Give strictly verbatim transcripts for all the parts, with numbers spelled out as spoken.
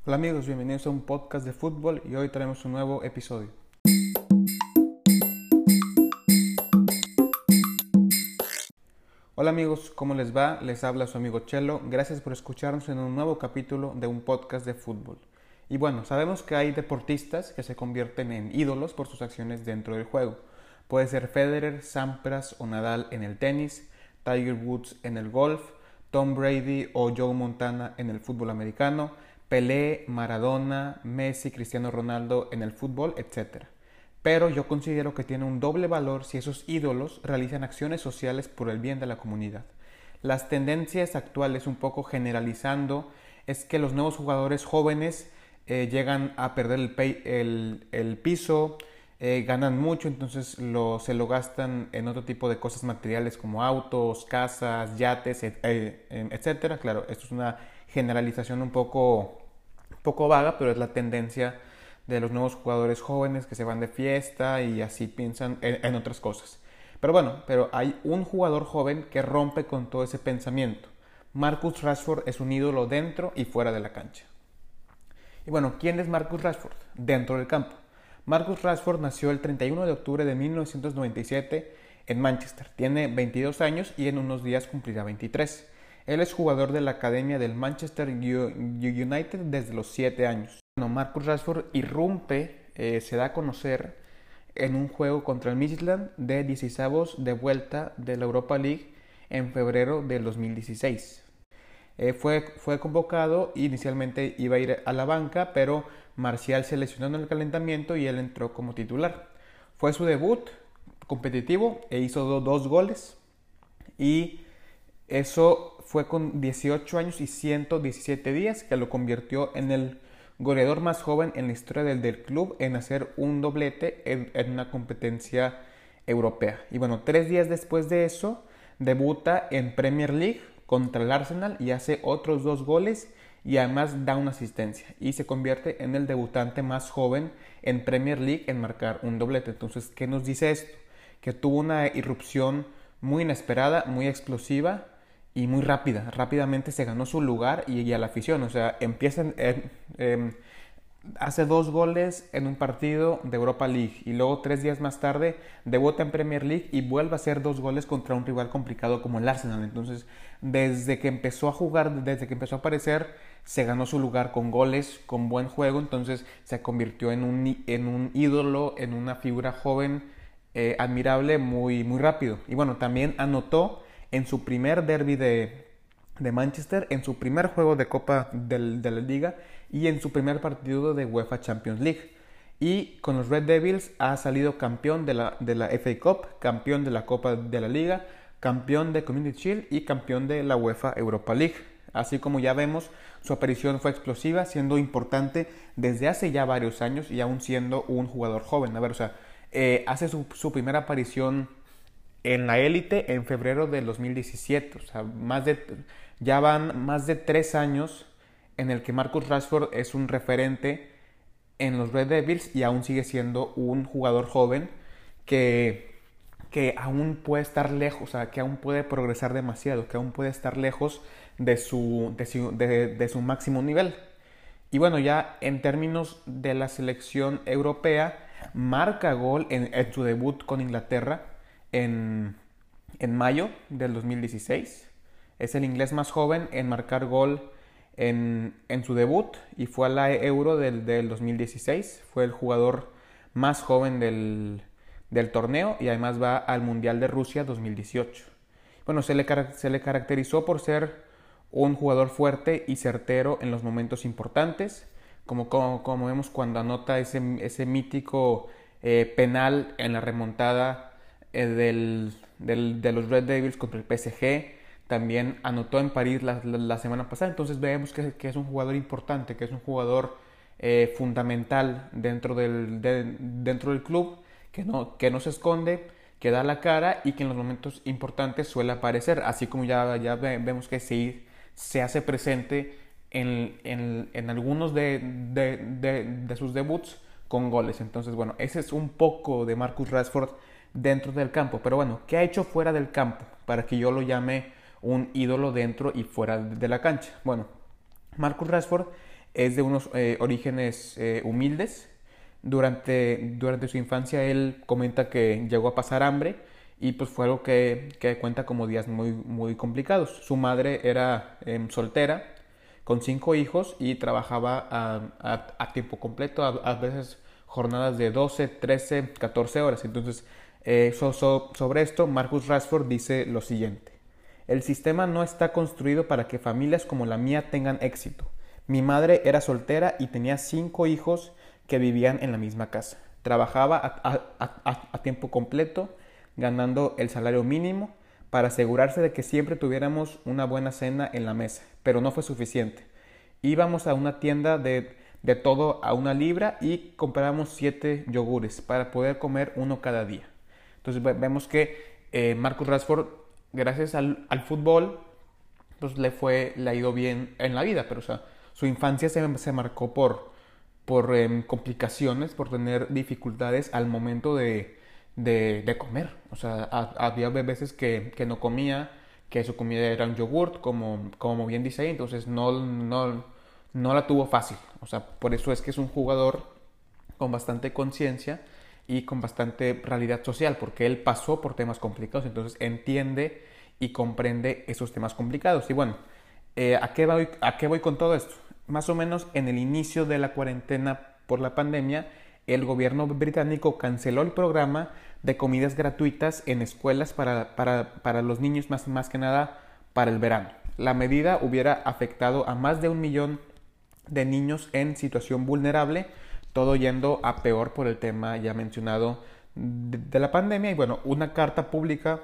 Hola amigos, bienvenidos a un podcast de fútbol y hoy traemos un nuevo episodio. Hola amigos, ¿cómo les va? Les habla su amigo Chelo. Gracias por escucharnos en un nuevo capítulo de un podcast de fútbol. Y bueno, sabemos que hay deportistas que se convierten en ídolos por sus acciones dentro del juego. Puede ser Federer, Sampras o Nadal en el tenis, Tiger Woods en el golf, Tom Brady o Joe Montana en el fútbol americano, Pelé, Maradona, Messi, Cristiano Ronaldo en el fútbol, etcétera. Pero yo considero que tiene un doble valor si esos ídolos realizan acciones sociales por el bien de la comunidad. Las tendencias actuales, un poco generalizando, es que los nuevos jugadores jóvenes eh, llegan a perder el, pay, el, el piso, eh, ganan mucho, entonces lo, se lo gastan en otro tipo de cosas materiales como autos, casas, yates, et, eh, etcétera. Claro, esto es una generalización un poco, un poco vaga, pero es la tendencia de los nuevos jugadores jóvenes que se van de fiesta y así piensan en, en otras cosas. Pero bueno, pero hay un jugador joven que rompe con todo ese pensamiento. Marcus Rashford es un ídolo dentro y fuera de la cancha. Y bueno, ¿quién es Marcus Rashford? Dentro del campo. Marcus Rashford nació el treinta y uno de octubre de mil novecientos noventa y siete en Manchester. Tiene veintidós años y en unos días cumplirá veintitrés. Él es jugador de la academia del Manchester United desde los siete años. Bueno, Marcus Rashford irrumpe, eh, se da a conocer en un juego contra el Midtjylland de dieciseisavos de vuelta de la Europa League en febrero del dos mil dieciséis. Eh, fue, fue convocado, inicialmente iba a ir a la banca, pero Martial se lesionó en el calentamiento y él entró como titular. Fue su debut competitivo e hizo do, dos goles y eso fue con dieciocho años y ciento diecisiete días, que lo convirtió en el goleador más joven en la historia del, del club en hacer un doblete en, en una competencia europea. Y bueno, tres días después de eso, debuta en Premier League contra el Arsenal y hace otros dos goles y además da una asistencia y se convierte en el debutante más joven en Premier League en marcar un doblete. Entonces, ¿qué nos dice esto? Que tuvo una irrupción muy inesperada, muy explosiva y muy rápida. Rápidamente se ganó su lugar y, y a la afición. O sea, empieza, eh, eh, hace dos goles en un partido de Europa League y luego tres días más tarde debuta en Premier League y vuelve a hacer dos goles contra un rival complicado como el Arsenal. Entonces, desde que empezó a jugar, desde que empezó a aparecer, se ganó su lugar con goles, con buen juego. Entonces, se convirtió en un, en un ídolo, en una figura joven, eh, admirable, muy, muy rápido. Y bueno, también anotó en su primer derby de, de Manchester, en su primer juego de Copa del, de la Liga y en su primer partido de UEFA Champions League. Y con los Red Devils ha salido campeón de la, de la F A Cup, campeón de la Copa de la Liga, campeón de Community Shield y campeón de la UEFA Europa League. Así como ya vemos, su aparición fue explosiva, siendo importante desde hace ya varios años y aún siendo un jugador joven. A ver, o sea, eh, hace su, su primera aparición en la élite en febrero del dos mil diecisiete. O sea, más de, ya van más de tres años en el que Marcus Rashford es un referente en los Red Devils y aún sigue siendo un jugador joven que, que aún puede estar lejos, o sea, que aún puede progresar demasiado, que aún puede estar lejos de su, de su, de, de su máximo nivel. Y bueno, ya en términos de la selección europea, marca gol en, en su debut con Inglaterra en, en mayo del dos mil dieciséis. Es el inglés más joven en marcar gol en, en su debut y fue a la Euro del, del dos mil dieciséis. Fue el jugador más joven del, del torneo y además va al Mundial de Rusia dos mil dieciocho. Bueno, se le, se le caracterizó por ser un jugador fuerte y certero en los momentos importantes, como, como, como vemos cuando anota ese, ese mítico eh, penal en la remontada eh, del, del, de los Red Devils contra el P S G. También anotó en París la, la, la semana pasada. Entonces vemos que, que es un jugador importante, que es un jugador eh, fundamental dentro del, de, dentro del club, que no, que no se esconde, que da la cara y que en los momentos importantes suele aparecer, así como ya, ya vemos que sí se hace presente en, en, en algunos de, de, de, de sus debuts con goles. Entonces, bueno, ese es un poco de Marcus Rashford dentro del campo. Pero bueno, ¿qué ha hecho fuera del campo para que yo lo llame un ídolo dentro y fuera de la cancha? Bueno, Marcus Rashford es de unos eh, orígenes eh, humildes. Durante, durante su infancia él comenta que llegó a pasar hambre y pues fue algo que, que cuenta como días muy, muy complicados. Su madre era eh, soltera, con cinco hijos y trabajaba a, a, a tiempo completo, a, a veces jornadas de doce, trece, catorce horas. Entonces, eh, so, so, sobre esto, Marcus Rashford dice lo siguiente: el sistema no está construido para que familias como la mía tengan éxito. Mi madre era soltera y tenía cinco hijos que vivían en la misma casa. Trabajaba a, a, a, a tiempo completo, ganando el salario mínimo para asegurarse de que siempre tuviéramos una buena cena en la mesa, pero no fue suficiente. Íbamos a una tienda de, de todo a una libra y comprábamos siete yogures para poder comer uno cada día. Entonces vemos que eh, Marcus Rashford, gracias al, al fútbol, pues le fue, le ha ido bien en la vida, pero o sea, su infancia se, se marcó por, por eh, complicaciones, por tener dificultades al momento de, de, de comer. O sea, a, había veces que, que no comía, que su comida era un yogurt, como, como bien dice ahí, entonces no, no, no la tuvo fácil. O sea, por eso es que es un jugador con bastante conciencia y con bastante realidad social, porque él pasó por temas complicados, entonces entiende y comprende esos temas complicados. Y bueno, eh, ¿a qué voy, a qué voy con todo esto? Más o menos en el inicio de la cuarentena por la pandemia, el gobierno británico canceló el programa de comidas gratuitas en escuelas para, para, para los niños, más, más que nada para el verano. La medida hubiera afectado a más de un millón de niños en situación vulnerable, todo yendo a peor por el tema ya mencionado de, de la pandemia. Y bueno, una carta pública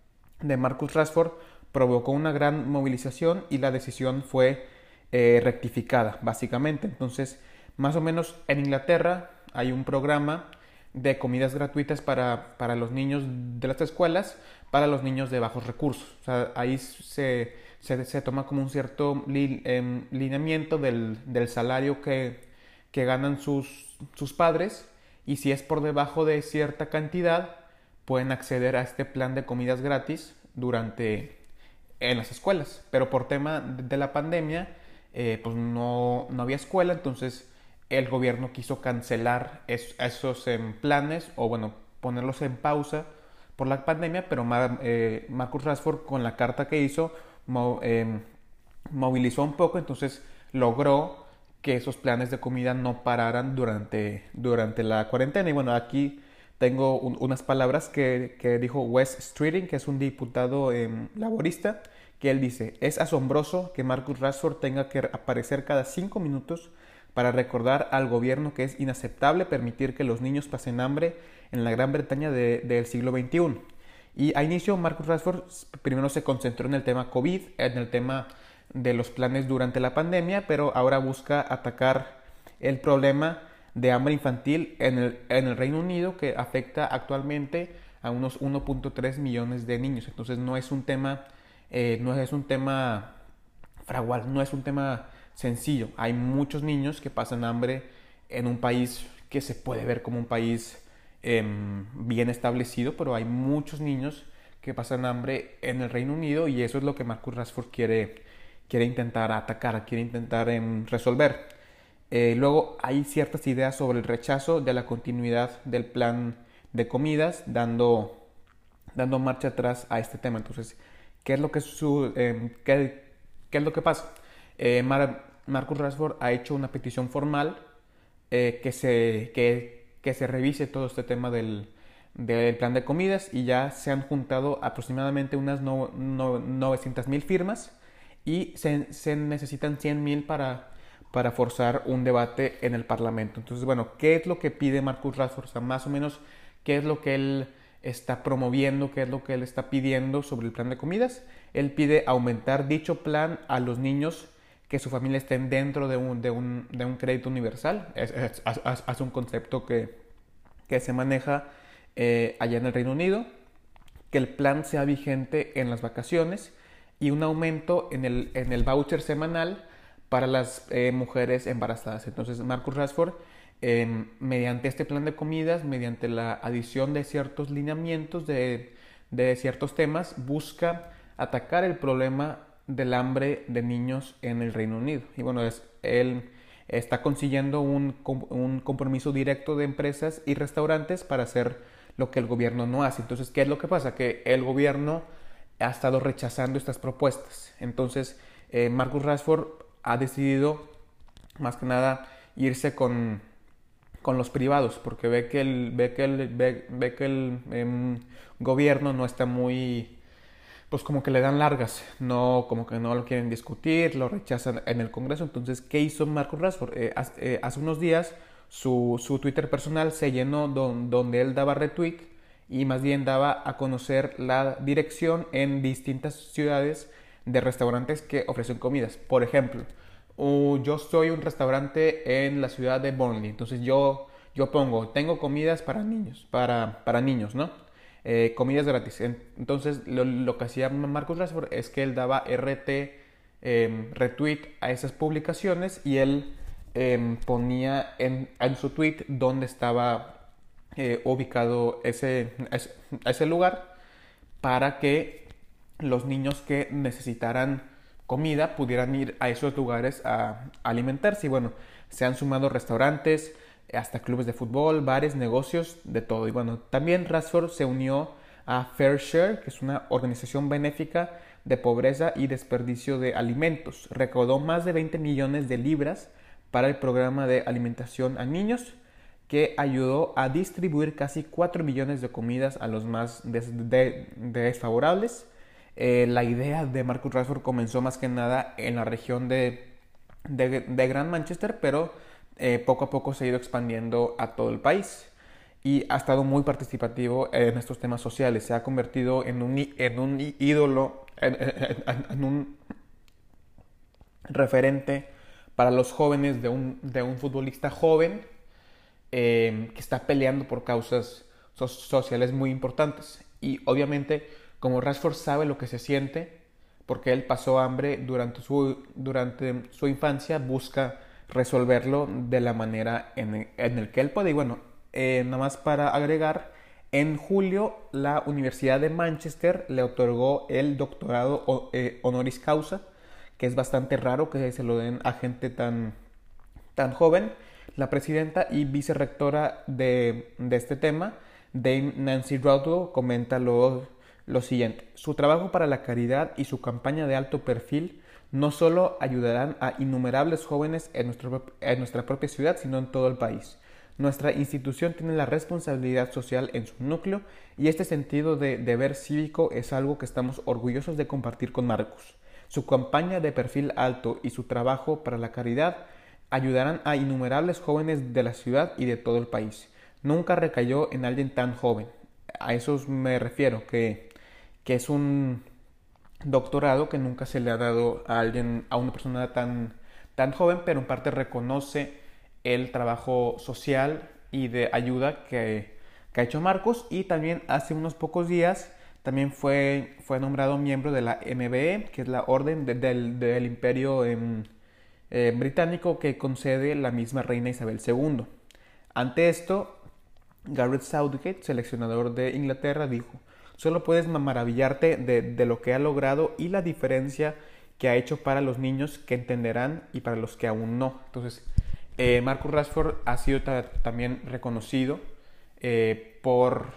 de Marcus Rashford provocó una gran movilización y la decisión fue eh, rectificada, básicamente. Entonces, más o menos en Inglaterra hay un programa de comidas gratuitas para, para los niños de las escuelas, para los niños de bajos recursos. O sea, ahí se, se, se toma como un cierto li, eh, lineamiento del, del salario que, que ganan sus, sus padres, y si es por debajo de cierta cantidad, pueden acceder a este plan de comidas gratis durante en las escuelas. Pero por tema de la pandemia, eh, pues no, no había escuela, entonces el gobierno quiso cancelar es, esos eh, planes, o bueno, ponerlos en pausa por la pandemia, pero Mar, eh, Marcus Rashford, con la carta que hizo, mo, eh, movilizó un poco, entonces logró que esos planes de comida no pararan durante, durante la cuarentena. Y bueno, aquí tengo un, unas palabras que, que dijo Wes Streeting, que es un diputado eh, laborista, que él dice: es asombroso que Marcus Rashford tenga que aparecer cada cinco minutos para recordar al gobierno que es inaceptable permitir que los niños pasen hambre en la Gran Bretaña de, del siglo veintiuno. Y a inicio Marcus Rashford primero se concentró en el tema COVID, en el tema de los planes durante la pandemia, pero ahora busca atacar el problema de hambre infantil en el, en el Reino Unido, que afecta actualmente a unos uno punto tres millones de niños. Entonces no es un tema, eh, no es un tema fragual, no es un tema sencillo. Hay muchos niños que pasan hambre en un país que se puede ver como un país eh, bien establecido, pero hay muchos niños que pasan hambre en el Reino Unido, y eso es lo que Marcus Rashford quiere, quiere intentar atacar, quiere intentar eh, resolver. Eh, luego hay ciertas ideas sobre el rechazo de la continuidad del plan de comidas, dando, dando marcha atrás a este tema. Entonces, ¿qué es lo que, su, eh, qué, qué es lo que pasa? Eh, Mar Marcus Rashford ha hecho una petición formal eh, que, se, que, que se revise todo este tema del, del plan de comidas, y ya se han juntado aproximadamente unas no, no, novecientas mil firmas, y se, se necesitan cien mil para, para forzar un debate en el Parlamento. Entonces, bueno, ¿qué es lo que pide Marcus Rashford? O sea, más o menos, ¿qué es lo que él está promoviendo? ¿Qué es lo que él está pidiendo sobre el plan de comidas? Él pide aumentar dicho plan a los niños que su familia estén dentro de un, de un, de un crédito universal. Es, es, es, es un concepto que, que se maneja eh, allá en el Reino Unido, que el plan sea vigente en las vacaciones, y un aumento en el, en el voucher semanal para las eh, mujeres embarazadas. Entonces Marcus Rashford, eh, mediante este plan de comidas, mediante la adición de ciertos lineamientos de, de ciertos temas, busca atacar el problema del hambre de niños en el Reino Unido. Y bueno, es, él, está consiguiendo un, un compromiso directo de empresas y restaurantes para hacer lo que el gobierno no hace. Entonces, ¿qué es lo que pasa? Que el gobierno ha estado rechazando estas propuestas. Entonces, eh, Marcus Rashford ha decidido, más que nada, irse con, con los privados, porque ve que el, ve que el, ve, ve que el eh, gobierno no está muy, pues como que le dan largas, no, como que no lo quieren discutir, lo rechazan en el Congreso. Entonces, ¿qué hizo Marcus Rashford? Eh, hace, eh, hace unos días su, su Twitter personal se llenó don, donde él daba retweet y más bien daba a conocer la dirección en distintas ciudades de restaurantes que ofrecen comidas. Por ejemplo, uh, yo soy un restaurante en la ciudad de Burnley, entonces yo, yo pongo, tengo comidas para niños, para, para niños, ¿no? Eh, comidas gratis. Entonces lo, lo que hacía Marcus Rashford es que él daba R T, eh, retweet a esas publicaciones y él eh, ponía en, en su tweet dónde estaba eh, ubicado ese, ese, ese lugar para que los niños que necesitaran comida pudieran ir a esos lugares a, a alimentarse. Y bueno, se han sumado restaurantes, hasta clubes de fútbol, bares, negocios, de todo. Y bueno, también Rashford se unió a Fair Share, que es una organización benéfica de pobreza y desperdicio de alimentos. Recaudó más de veinte millones de libras para el programa de alimentación a niños, que ayudó a distribuir casi cuatro millones de comidas a los más des de desfavorables. Eh, la idea de Marcus Rashford comenzó más que nada en la región de, de, de Gran Manchester, pero eh, poco a poco se ha ido expandiendo a todo el país y ha estado muy participativo en estos temas sociales. Se ha convertido en un, en un ídolo, en, en, en un referente para los jóvenes de un, de un futbolista joven eh, que está peleando por causas so sociales muy importantes. Y obviamente, como Rashford sabe lo que se siente, porque él pasó hambre durante su, durante su infancia, busca resolverlo de la manera en el, en el que él puede. Y bueno, eh, nada más para agregar, en julio la Universidad de Manchester le otorgó el doctorado eh, honoris causa, que es bastante raro que se lo den a gente tan, tan joven. La presidenta y vicerrectora de, de este tema, Dame Nancy Rothwell, comenta lo, lo siguiente: su trabajo para la caridad y su campaña de alto perfil no solo ayudarán a innumerables jóvenes en, nuestro, en nuestra propia ciudad, sino en todo el país. Nuestra institución tiene la responsabilidad social en su núcleo y este sentido de deber cívico es algo que estamos orgullosos de compartir con Marcus. Su campaña de perfil alto y su trabajo para la caridad ayudarán a innumerables jóvenes de la ciudad y de todo el país. Nunca recayó en alguien tan joven. A eso me refiero, que, que es un doctorado que nunca se le ha dado a alguien, a una persona tan, tan joven, pero en parte reconoce el trabajo social y de ayuda que, que ha hecho Marcus. Y también hace unos pocos días también fue, fue nombrado miembro de la M B E, que es la orden de, del, del imperio eh, eh, británico que concede la misma reina Isabel segunda. Ante esto, Gareth Southgate, seleccionador de Inglaterra, dijo: solo puedes maravillarte de, de lo que ha logrado y la diferencia que ha hecho para los niños que entenderán y para los que aún no. Entonces, eh, Marcus Rashford ha sido ta también reconocido eh, por,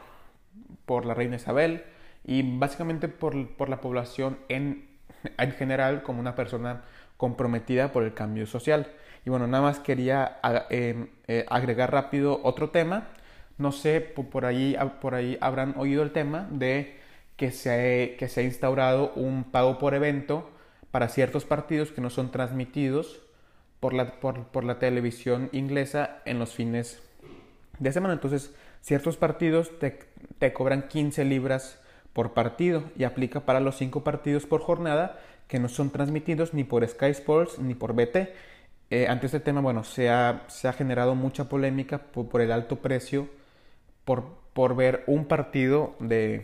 por la reina Isabel y básicamente por, por la población en, en general como una persona comprometida por el cambio social. Y bueno, nada más quería eh, eh, agregar rápido otro tema. No sé, por ahí, por ahí habrán oído el tema de que se, que se ha instaurado un pago por evento para ciertos partidos que no son transmitidos por la, por, por la televisión inglesa en los fines de semana. Entonces, ciertos partidos te, te cobran quince libras por partido y aplica para los cinco partidos por jornada que no son transmitidos ni por Sky Sports ni por B T. Eh, ante este tema, bueno, se ha, se ha generado mucha polémica por, por el alto precio Por, por ver un partido de,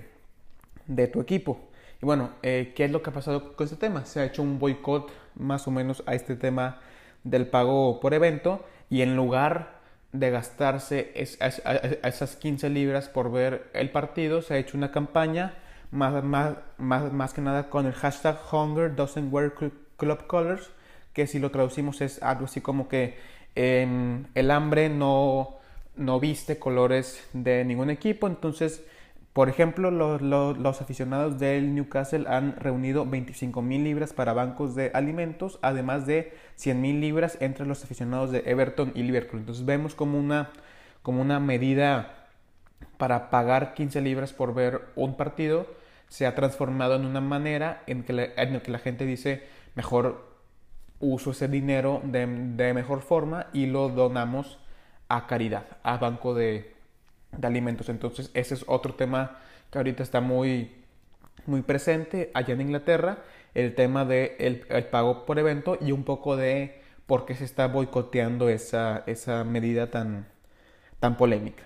de tu equipo. Y bueno, eh, ¿qué es lo que ha pasado con este tema? Se ha hecho un boicot más o menos a este tema del pago por evento y en lugar de gastarse es, es, a esas quince libras por ver el partido, se ha hecho una campaña más, más, más, más que nada con el hashtag Hunger Doesn't Wear Club Colors, que si lo traducimos es algo así como que Eh, el hambre no, no viste colores de ningún equipo, entonces, por ejemplo, los, los, los aficionados del Newcastle han reunido veinticinco mil libras para bancos de alimentos, además de cien mil libras entre los aficionados de Everton y Liverpool. Entonces vemos como una, como una medida para pagar quince libras por ver un partido se ha transformado en una manera en que la, en la que la gente dice, mejor uso ese dinero de, de mejor forma y lo donamos a caridad, a banco de, de alimentos. Entonces ese es otro tema que ahorita está muy, muy presente allá en Inglaterra, el tema del de el pago por evento y un poco de por qué se está boicoteando esa, esa medida tan, tan polémica.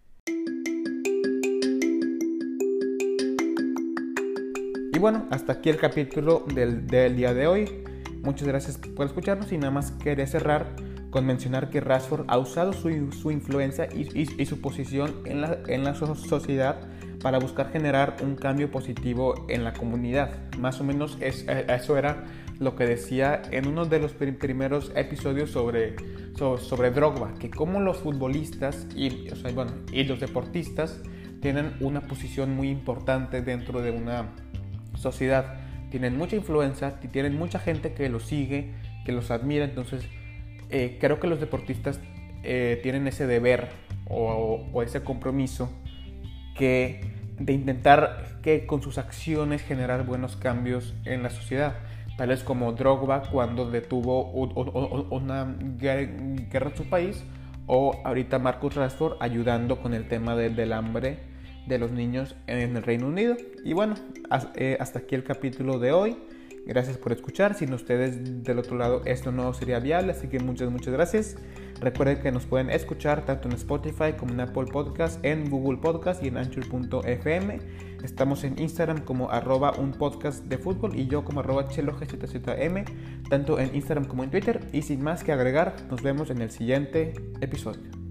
Y bueno, hasta aquí el capítulo del, del día de hoy. Muchas gracias por escucharnos y nada más quería cerrar con mencionar que Rashford ha usado su, su influencia y, y, y su posición en la, en la sociedad para buscar generar un cambio positivo en la comunidad. Más o menos es, eso era lo que decía en uno de los primeros episodios sobre, sobre, sobre Drogba, que como los futbolistas y, o sea, bueno, y los deportistas tienen una posición muy importante dentro de una sociedad, tienen mucha influencia, tienen mucha gente que los sigue, que los admira. Entonces eh, creo que los deportistas eh, tienen ese deber o, o ese compromiso que de intentar que con sus acciones generar buenos cambios en la sociedad, tales como Drogba cuando detuvo un, un, una guerra en su país, o ahorita Marcus Rashford ayudando con el tema de, del hambre de los niños en el Reino Unido. Y bueno, hasta aquí el capítulo de hoy. Gracias por escuchar. Sin ustedes del otro lado esto no sería viable, así que muchas muchas gracias. Recuerden que nos pueden escuchar tanto en Spotify como en Apple Podcast, en Google Podcast y en Anchor punto f m. Estamos en Instagram como arroba un podcast de fútbol y yo como arroba chelo gzzm, tanto en Instagram como en Twitter. Y sin más que agregar, nos vemos en el siguiente episodio.